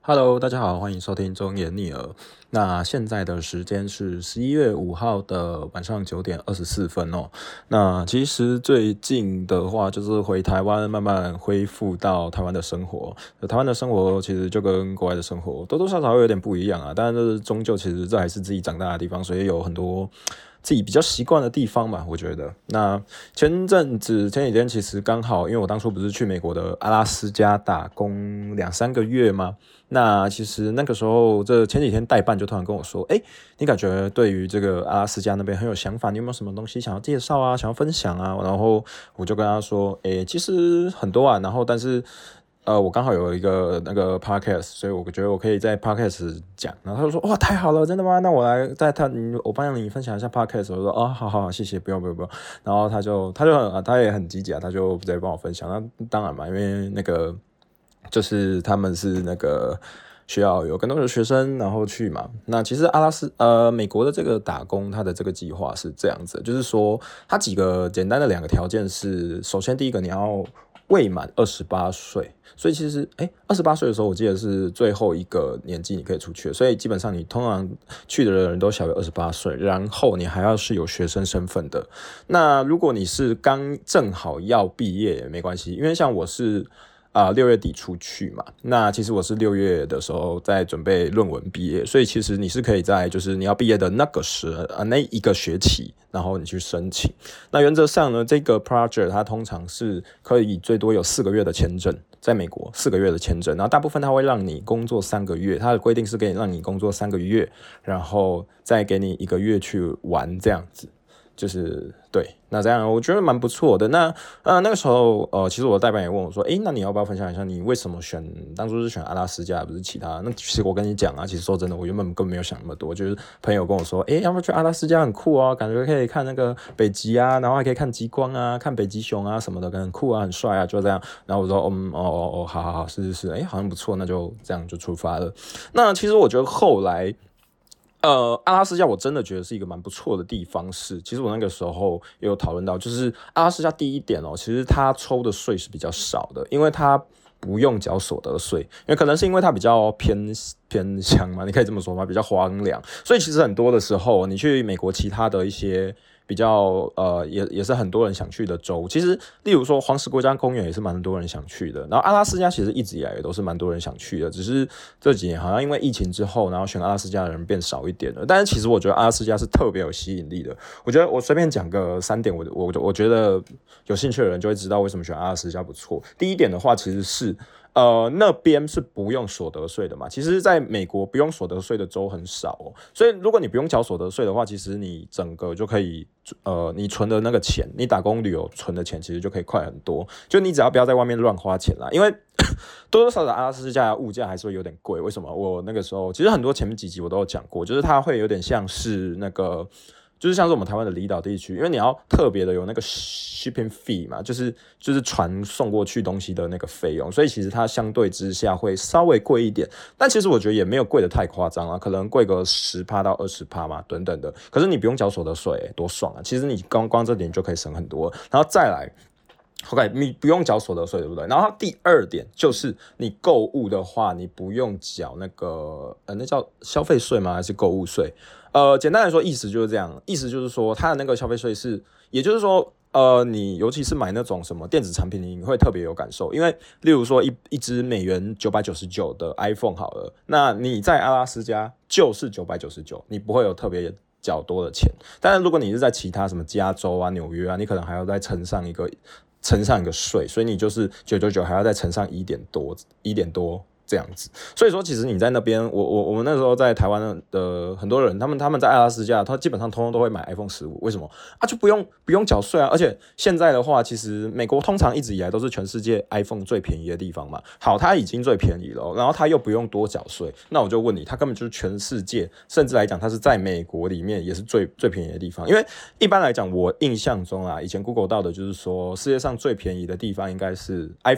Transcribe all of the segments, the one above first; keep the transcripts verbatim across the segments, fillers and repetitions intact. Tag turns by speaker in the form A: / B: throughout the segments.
A: Hello，大家好，欢迎收听中言逆耳。那现在的时间是十一月五号的晚上九点二十四分哦。那其实最近的话，就是回台湾慢慢恢复到台湾的生活。台湾的生活其实就跟国外的生活多多少少会有点不一样啊，但是终究其实这还是自己长大的地方，所以有很多自己比较习惯的地方嘛，我觉得。那前阵子前几天其实刚好，因为我当初不是去美国的阿拉斯加打工两三个月吗？那其实那个时候，这前几天代办就突然跟我说，哎、欸，你感觉对于这个阿拉斯加那边很有想法，你有没有什么东西想要介绍啊，想要分享啊？然后我就跟他说，哎、欸，其实很多啊，然后但是。呃，我刚好有一个那个 podcast， 所以我觉得我可以在 podcast 讲。然后他就说：“哇，太好了，真的吗？那我来在他，我帮你分享一下 podcast。”我说：“哦，好好，谢谢，不用不用不用。”然后他就他就很他也很积极啊，他就直接帮我分享。那当然嘛，因为那个就是他们是那个需要有更多的学生然后去嘛。那其实阿拉斯呃美国的这个打工，它的这个计划是这样子，就是说它几个简单的两个条件是：首先第一个你要未满二十八岁，所以其实哎，二十八岁的时候，我记得是最后一个年纪你可以出去，所以基本上你通常去的人都小于二十八岁，然后你还要是有学生身份的。那如果你是刚正好要毕业也没关系，因为像我是。啊，六、呃、月底出去嘛，那其实我是六月的时候在准备论文毕业，所以其实你是可以在就是你要毕业的那个时啊那一个学期，然后你去申请。那原则上呢，这个 project 它通常是可以最多有四个月的签证，在美国四个月的签证，然后大部分它会让你工作三个月，它的规定是给你让你工作三个月，然后再给你一个月去玩这样子。就是对，那这样我觉得蛮不错的。那呃那个时候呃，其实我的代办也问我说，诶，那你要不要分享一下你为什么选当初是选阿拉斯加，不是其他？那其实我跟你讲啊，其实说真的，我原本根本没有想那么多，就是朋友跟我说，诶，要不要去阿拉斯加很酷啊，感觉可以看那个北极啊，然后还可以看极光啊，看北极熊啊什么的，很酷啊，很帅啊，就这样。然后我说，嗯，哦哦哦，好好好，是是是，诶，好像不错，那就这样就出发了。那其实我觉得后来。呃，阿拉斯加我真的觉得是一个蛮不错的地方是，其实我那个时候也有讨论到，就是阿拉斯加第一点哦，其实它抽的税是比较少的，因为它不用缴所得税，因为可能是因为它比较偏偏乡嘛，你可以这么说嘛，比较荒凉，所以其实很多的时候，你去美国其他的一些。比较呃也也是很多人想去的州，其实例如说黄石国家公园也是蛮多人想去的，然后阿拉斯加其实一直以来也都是蛮多人想去的，只是这几年好像因为疫情之后，然后选阿拉斯加的人变少一点了。但是其实我觉得阿拉斯加是特别有吸引力的，我觉得我随便讲个三点，我我我觉得有兴趣的人就会知道为什么选阿拉斯加不错。第一点的话，其实是。呃，那边是不用所得税的嘛？其实，在美国不用所得税的州很少哦，所以如果你不用缴所得税的话，其实你整个就可以，呃，你存的那个钱，你打工旅游存的钱，其实就可以快很多。就你只要不要在外面乱花钱啦，因为多多少少阿拉斯加的物价还是会有点贵。为什么？我那个时候其实很多前面几集我都有讲过，就是它会有点像是那个。就是像是我们台湾的离岛地区，因为你要特别的有那个 shipping fee 嘛，就是就是船送过去东西的那个费用，所以其实它相对之下会稍微贵一点，但其实我觉得也没有贵的太夸张啊，可能贵个 百分之十 到 百分之二十 嘛，等等的。可是你不用缴所得税、欸，多爽啊！其实你光光这点就可以省很多，然后再来。OK， 你不用缴所得税，对不对？然后第二点就是你购物的话，你不用缴那个呃，那叫消费税吗？还是购物税？呃，简单来说，意思就是这样，意思就是说，它的那个消费税是，也就是说，呃，你尤其是买那种什么电子产品，你会特别有感受，因为例如说一一支美元九百九十九的 iPhone 好了，那你在阿拉斯加就是九百九十九，你不会有特别较多的钱。但是如果你是在其他什么加州啊、纽约啊，你可能还要再乘上一个。乘上一个税，所以你就是九百九十九还要再乘上一点多，一点多这样子。所以说，其实你在那边，我我我们那时候在台湾的很多人，他们他们在阿拉斯加，他基本上通通都会买 iPhone 十五，为什么啊？就不用不用缴税啊！而且现在的话，其实美国通常一直以来都是全世界 iPhone 最便宜的地方嘛。好，它已经最便宜了，然后它又不用多缴税，那我就问你，它根本就是全世界，甚至来讲，它是在美国里面也是最最便宜的地方。因为一般来讲，我印象中啊，以前 Google 到的就是说，世界上最便宜的地方应该是 iPhone。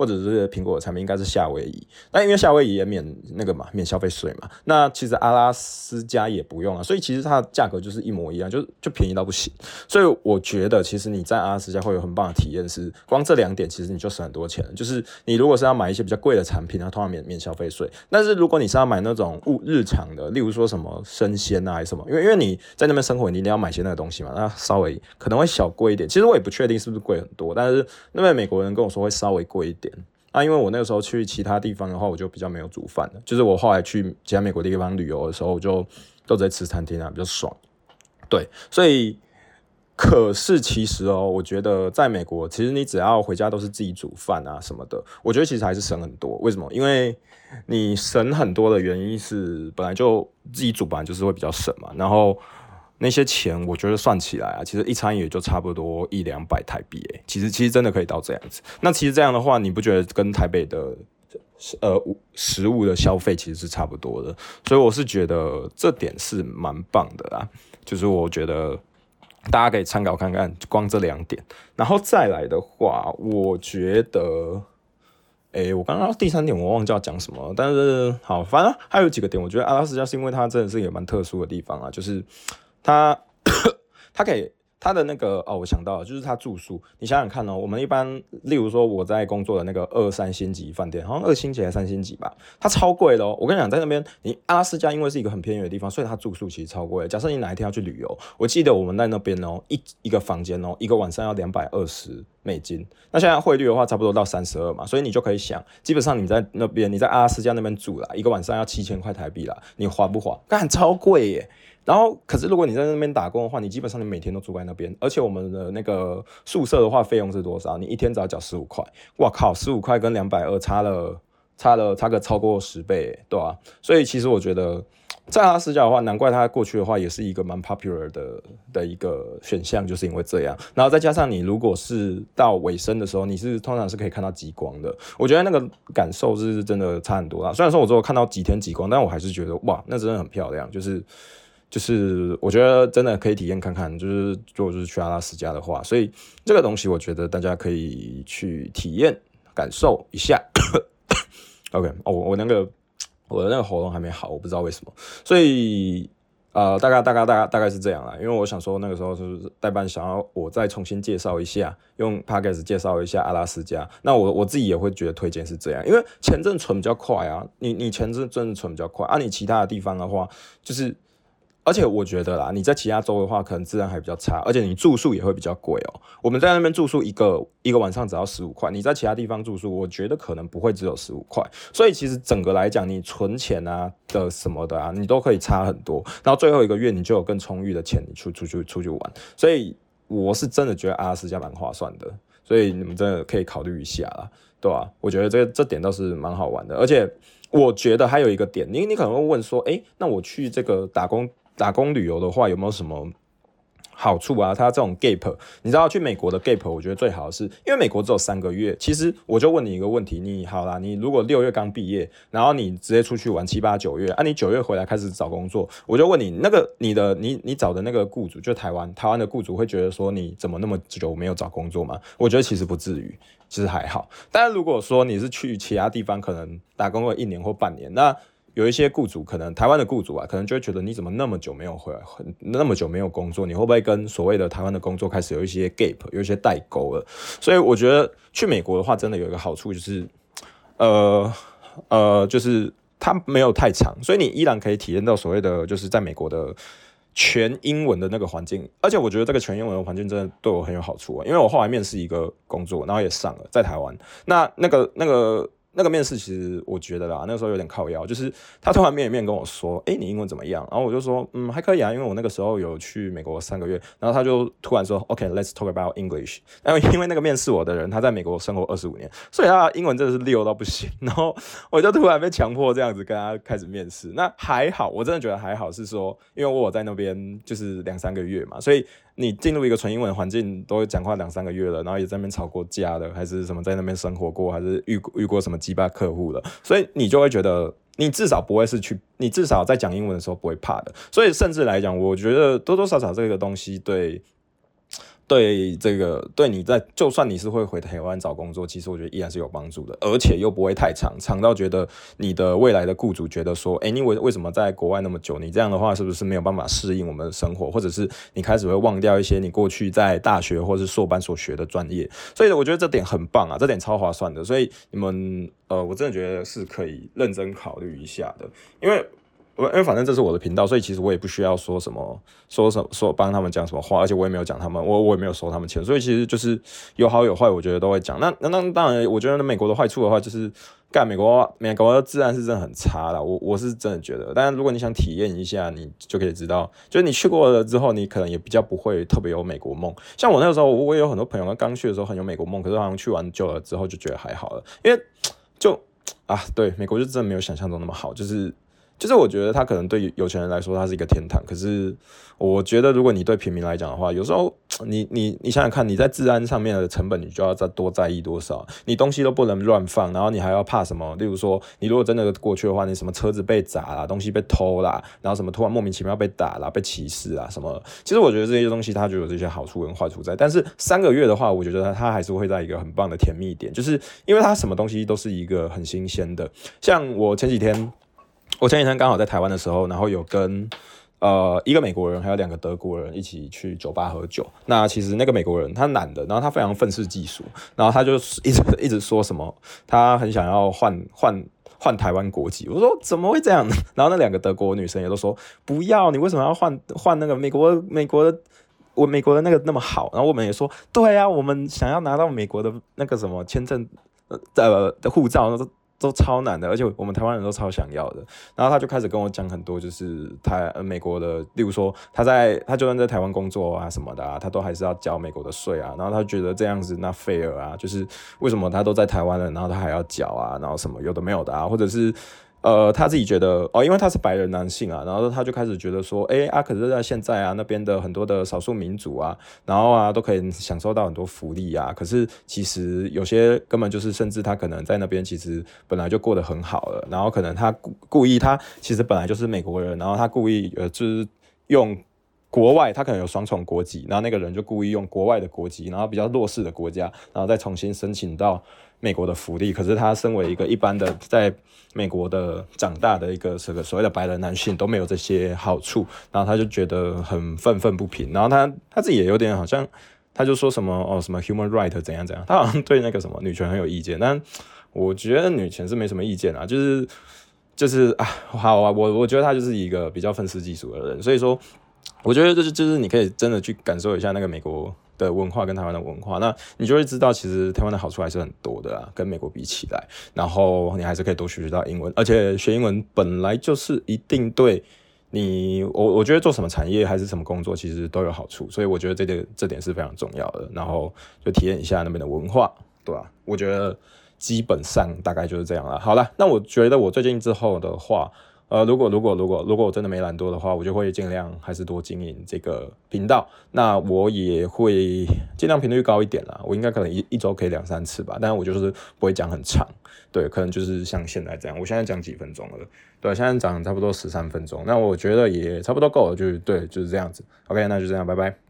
A: 或者是苹果的产品应该是夏威夷。那因为夏威夷也免那个嘛，免消费税嘛。那其实阿拉斯加也不用啊，所以其实它的价格就是一模一样，就就便宜到不行。所以我觉得其实你在阿拉斯加会有很棒的体验是，光这两点其实你就省很多钱了。就是你如果是要买一些比较贵的产品，它通常免免消费税。但是如果你是要买那种物日常的，例如说什么生鲜啊还是什么，因为因为你在那边生活，你一定要买些那个东西嘛，那稍微可能会小贵一点。其实我也不确定是不是贵很多，但是那边美国人跟我说会稍微贵一点。啊，因为我那个时候去其他地方的话，我就比较没有煮饭了。就是我后来去其他美国地方旅游的时候，我就都直接吃餐厅啊，比较爽。对，所以可是其实哦，我觉得在美国，其实你只要回家都是自己煮饭啊什么的，我觉得其实还是省很多。为什么？因为你省很多的原因是，本来就自己煮，本来就是会比较省嘛。然后那些钱，我觉得算起来啊，其实一餐也就差不多一两百台币诶。其实其实真的可以到这样子。那其实这样的话，你不觉得跟台北的呃食物的消费其实是差不多的？所以我是觉得这点是蛮棒的啦。就是我觉得大家可以参考看看，光这两点。然后再来的话，我觉得。诶，我刚刚第三点我忘记要讲什么，但是好，反正还有几个点，我觉得阿拉斯加是因为它真的是一个蛮特殊的地方啊，就是它它可以它的那个哦，我想到了，就是它住宿，你想想看哦，我们一般例如说我在工作的那个二三星级饭店，好像二星级还是三星级吧，它超贵的哦。我跟你讲，在那边你阿拉斯加因为是一个很偏远的地方，所以它住宿其实超贵的。假设你哪一天要去旅游，我记得我们在那边哦，一一个房间哦，一个晚上要两百二十美金。那现在汇率的话，差不多到三十二嘛，所以你就可以想，基本上你在那边，你在阿拉斯加那边住啦，一个晚上要七千块台币啦，你划不划？干超贵耶！然后，可是如果你在那边打工的话，你基本上你每天都住在那边，而且我们的那个宿舍的话，费用是多少？你一天只要缴十五块，哇靠，十五块跟两百二差了，差了差个超过十倍，对吧、啊？所以其实我觉得，在阿拉斯加的话，难怪它过去的话也是一个蛮 popular 的的一个选项，就是因为这样。然后再加上你如果是到尾声的时候，你是通常是可以看到极光的，我觉得那个感受是真的差很多啦。虽然说我只有看到几天极光，但我还是觉得哇，那真的很漂亮，就是。就是我觉得真的可以体验看看，就是如果就是去阿拉斯加的话，所以这个东西我觉得大家可以去体验感受一下。OK， 哦，我那个我的那个喉咙还没好，我不知道为什么，所以呃，大概大概大概大概是这样啦。因为我想说那个时候就是代办想要我再重新介绍一下，用 Podcast 介绍一下阿拉斯加。那我我自己也会觉得推荐是这样，因为签证存比较快啊，你你签证真的存比较快啊，你其他的地方的话就是。而且我觉得啦，你在其他州的话，可能治安还比较差，而且你住宿也会比较贵哦。我们在那边住宿一个一个晚上只要十五块，你在其他地方住宿，我觉得可能不会只有十五块。所以其实整个来讲，你存钱啊的什么的啊，你都可以差很多。然后最后一个月你就有更充裕的钱，你出出去出去玩。所以我是真的觉得阿拉斯加蛮划算的，所以你们真的可以考虑一下啦，对吧、啊？我觉得这这点倒是蛮好玩的，而且我觉得还有一个点，你你可能会问说，哎，那我去这个打工。打工旅游的话，有没有什么好处啊？它这种 gap， 你知道去美国的 gap， 我觉得最好的是，因为美国只有三个月。其实我就问你一个问题，你好啦，你如果六月刚毕业，然后你直接出去玩七八九月，啊，你九月回来开始找工作，我就问你，那个你的你你找的那个雇主，就台湾台湾的雇主会觉得说你怎么那么久没有找工作吗？我觉得其实不至于，其实还好。但是如果说你是去其他地方，可能打工了一年或半年，那有一些雇主可能台湾的雇主啊，可能就会觉得你怎么那么久没有回来，那么久没有工作，你会不会跟所谓的台湾的工作开始有一些 gap， 有一些代沟了？所以我觉得去美国的话，真的有一个好处就是，呃呃，就是它没有太长，所以你依然可以体验到所谓的就是在美国的全英文的那个环境，而且我觉得这个全英文的环境真的对我很有好处啊，因为我后来面试一个工作，然后也上了，在台湾，那那个那个。那个面试其实我觉得啦，那个时候有点靠腰，就是他突然面一面跟我说：“哎、欸，你英文怎么样？”然后我就说：“嗯，还可以啊，因为我那个时候有去美国三个月。”然后他就突然说 ：“OK，let's、okay, talk about English。”然后因为那个面试我的人他在美国生活二十五年，所以他的英文真的是溜到不行。然后我就突然被强迫这样子跟他开始面试。那还好，我真的觉得还好，是说因为我有在那边就是两三个月嘛，所以。你进入一个纯英文环境，都会讲话两三个月了，然后也在那边吵过架了，还是什么在那边生活过，还是遇遇过什么鸡巴客户了，所以你就会觉得，你至少不会是去，你至少在讲英文的时候不会怕的。所以甚至来讲，我觉得多多少少这个东西对对这个对你在就算你是会回台湾找工作，其实我觉得依然是有帮助的，而且又不会太长，长到觉得你的未来的雇主觉得说，哎，你为为什么在国外那么久？你这样的话是不是没有办法适应我们的生活，或者是你开始会忘掉一些你过去在大学或是硕班所学的专业？所以我觉得这点很棒啊，这点超划算的，所以你们呃，我真的觉得是可以认真考虑一下的，因为。因为反正这是我的频道，所以其实我也不需要说什么说什么说帮他们讲什么话，而且我也没有讲他们，我我也没有收他们钱，所以其实就是有好有坏，我觉得都会讲。那那那当然，我觉得美国的坏处的话，就是干美国美国的治安是真的很差啦，我我是真的觉得。但是如果你想体验一下，你就可以知道，就是你去过了之后，你可能也比较不会特别有美国梦。像我那个时候，我也有很多朋友刚去的时候很有美国梦，可是好像去完久了之后就觉得还好了，因为就啊，对，美国就真的没有想象中那么好，就是。就是我觉得他可能对有钱人来说他是一个天堂，可是我觉得如果你对平民来讲的话，有时候你你你想想看，你在治安上面的成本你就要再多在意多少，你东西都不能乱放，然后你还要怕什么？例如说，你如果真的过去的话，你什么车子被砸啦，东西被偷啦，然后什么突然莫名其妙被打啦、被歧视啊什么，其实我觉得这些东西它就有这些好处跟坏处在。但是三个月的话，我觉得它还是会在一个很棒的甜蜜点，就是因为它什么东西都是一个很新鲜的，像我前几天。我前几天刚好在台湾的时候，然后有跟呃一个美国人还有两个德国人一起去酒吧喝酒。那其实那个美国人他男的，然后他非常愤世嫉俗，然后他就一直一直说什么他很想要换换换台湾国籍。我说怎么会这样？然后那两个德国女生也都说不要，你为什么要换换那个美国美国的？我美国的那个那么好，然后我们也说对啊，我们想要拿到美国的那个什么签证呃的护照，都都超难的，而且我们台湾人都超想要的。然后他就开始跟我讲很多，就是台、呃、美国的，例如说他在他就算在台湾工作啊什么的啊，他都还是要交美国的税啊。然后他觉得这样子那 fair 啊，就是为什么他都在台湾了，然后他还要缴啊，然后什么有的没有的啊，或者是。呃，他自己觉得哦，因为他是白人男性啊，然后他就开始觉得说，哎啊，可是在现在啊，那边的很多的少数民族啊，然后啊，都可以享受到很多福利啊。可是其实有些根本就是，甚至他可能在那边其实本来就过得很好了，然后可能他故意他其实本来就是美国人，然后他故意呃就是用。国外他可能有双重国籍，然后那个人就故意用国外的国籍，然后比较弱势的国家，然后再重新申请到美国的福利。可是他身为一个一般的在美国的长大的一个这个所谓的白人男性都没有这些好处，然后他就觉得很愤愤不平。然后他他自己也有点好像，他就说什么哦什么 human right 怎样怎样，他好像对那个什么女权很有意见。但我觉得女权是没什么意见啊，就是就是啊好啊，我我觉得他就是一个比较愤世嫉俗的人，所以说。我觉得这就是你可以真的去感受一下那个美国的文化跟台湾的文化，那你就会知道其实台湾的好处还是很多的啊，跟美国比起来，然后你还是可以多学到英文，而且学英文本来就是一定对你，我我觉得做什么产业还是什么工作其实都有好处，所以我觉得这点这点是非常重要的，然后就体验一下那边的文化，对吧、啊？我觉得基本上大概就是这样了。好了，那我觉得我最近之后的话。呃，如果如果如果如果我真的没懒惰的话，我就会尽量还是多经营这个频道。那我也会尽量频率高一点啦，我应该可能一一周可以两三次吧，但是我就是不会讲很长，对，可能就是像现在这样，我现在讲几分钟了，对，现在讲差不多十三分钟，那我觉得也差不多够了，就是对，就是这样子。OK， 那就这样，拜拜。